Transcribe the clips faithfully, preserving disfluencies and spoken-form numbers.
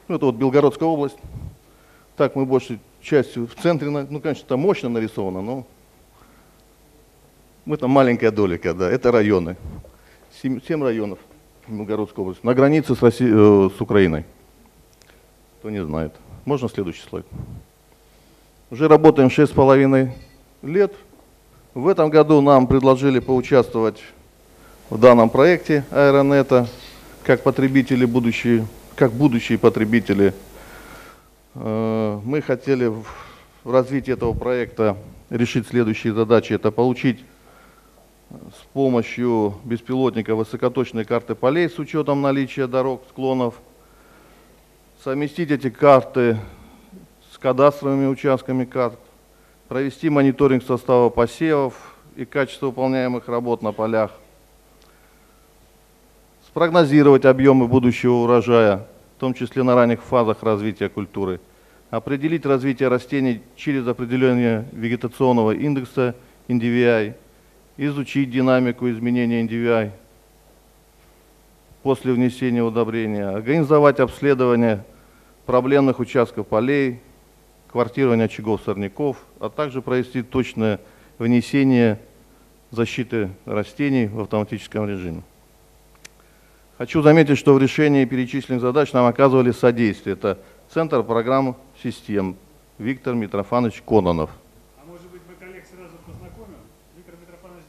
Ну, это вот Белгородская область. Так мы большей частью в центре, ну, конечно, там мощно нарисовано, но мы там маленькая долика, да, это районы. Семь, семь районов Белгородской области. На границе с, Россией, э, с Украиной. Кто не знает. Можно следующий слайд? Уже работаем шесть с половиной лет. В этом году нам предложили поучаствовать в данном проекте Аэронета, как потребители будущие, как будущие потребители. Мы хотели в развитии этого проекта решить следующие задачи. Это получить с помощью беспилотника высокоточные карты полей с учетом наличия дорог, склонов, совместить эти карты с кадастровыми участками карт, провести мониторинг состава посевов и качества выполняемых работ на полях, спрогнозировать объемы будущего урожая, в том числе на ранних фазах развития культуры, определить развитие растений через определение вегетационного индекса эн ди ви ай, изучить динамику изменения эн ди ви ай после внесения удобрения, организовать обследование проблемных участков полей, квартирование очагов сорняков, а также провести точное внесение защиты растений в автоматическом режиме. Хочу заметить, что в решении перечисленных задач нам оказывали содействие. Это Центр программ систем Виктор Митрофанович Кононов. А может быть, мы коллег сразу познакомим? Виктор Митрофанович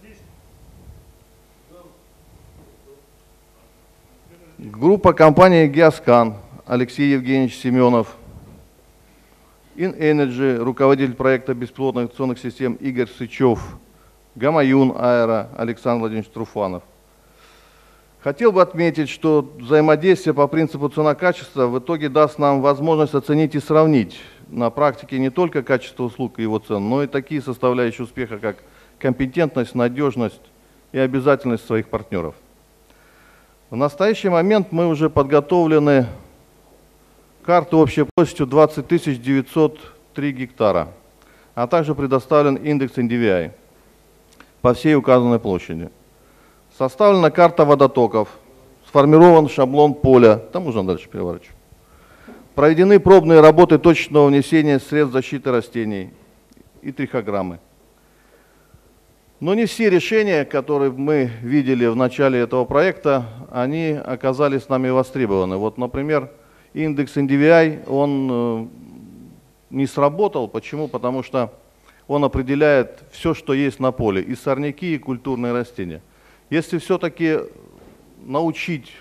здесь? Группа компании Геоскан, Алексей Евгеньевич Семенов. InEnergy, руководитель проекта беспилотных авиационных систем Игорь Сычев. Гамаюн Аэро, Александр Владимирович Труфанов. Хотел бы отметить, что взаимодействие по принципу цена-качество в итоге даст нам возможность оценить и сравнить на практике не только качество услуг и его цен, но и такие составляющие успеха, как компетентность, надежность и обязательность своих партнеров. В настоящий момент мы уже подготовлены карты общей площадью двадцать тысяч девятьсот три гектара, а также предоставлен индекс эн ди ви ай по всей указанной площади. Составлена карта водотоков, сформирован шаблон поля, там можно дальше переворачивать. Проведены пробные работы точечного внесения средств защиты растений и трихограммы. Но не все решения, которые мы видели в начале этого проекта, они оказались нами востребованы. Вот, например, индекс эн ди ви ай, он не сработал. Почему? Потому что он определяет все, что есть на поле, и сорняки, и культурные растения. Если все-таки научить,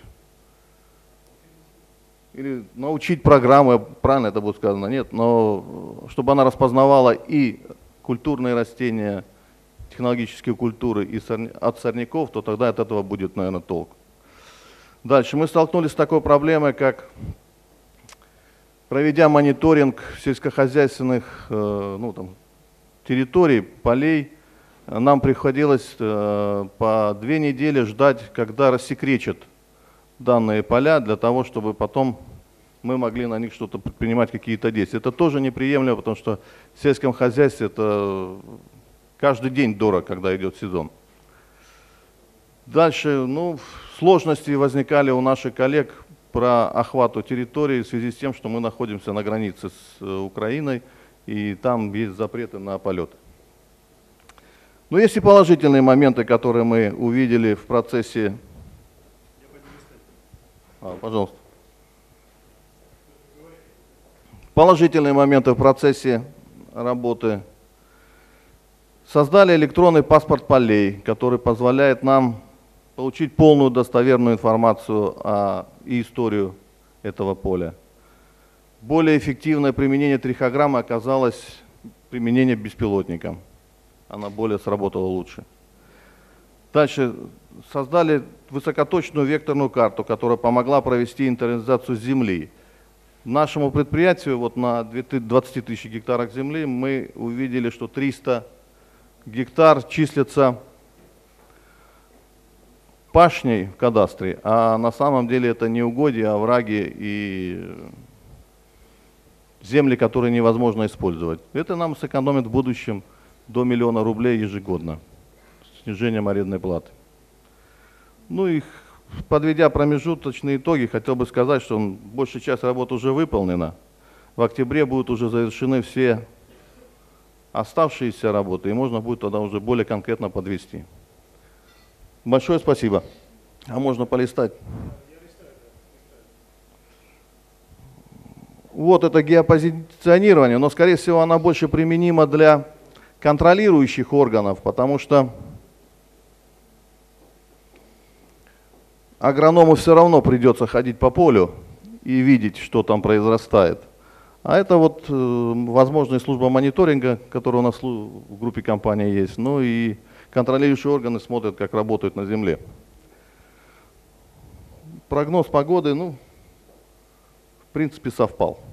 или научить программу, правильно это будет сказано, нет, но чтобы она распознавала и культурные растения, технологические культуры и сорня, от сорняков, то тогда от этого будет, наверное, толк. Дальше мы столкнулись с такой проблемой, как, проведя мониторинг сельскохозяйственных э, ну, там, территорий, полей, нам приходилось э, по две недели ждать, когда рассекречат данные поля, для того, чтобы потом мы могли на них что-то предпринимать, какие-то действия. Это тоже неприемлемо, потому что в сельском хозяйстве это каждый день дорого, когда идет сезон. Дальше, ну, сложности возникали у наших коллег про охвату территории в связи с тем, что мы находимся на границе с Украиной, и там есть запреты на полет. Но есть и положительные моменты, которые мы увидели в процессе. А, пожалуйста. Положительные моменты в процессе работы. Создали электронный паспорт полей, который позволяет нам получить полную достоверную информацию о, и историю этого поля. Более эффективное применение трихограммы оказалось применение беспилотника. Она более сработала лучше. Дальше создали высокоточную векторную карту, которая помогла провести инвентаризацию земли. Нашему предприятию вот на двадцати тысячах гектарах земли мы увидели, что триста гектар числятся пашней в кадастре, а на самом деле это не угодья, а овраги и земли, которые невозможно использовать. Это нам сэкономит в будущем до миллиона рублей ежегодно, снижением арендной платы. Ну и подведя промежуточные итоги, хотел бы сказать, что большая часть работы уже выполнена. В октябре будут уже завершены все оставшиеся работы, и можно будет тогда уже более конкретно подвести. Большое спасибо. А можно полистать? Вот это геопозиционирование, но, скорее всего, оно больше применимо для контролирующих органов, потому что агроному все равно придется ходить по полю и видеть, что там произрастает. А это вот э, возможная служба мониторинга, которая у нас в группе компаний есть, ну и контролирующие органы смотрят, как работают на земле. Прогноз погоды, ну, в принципе, совпал.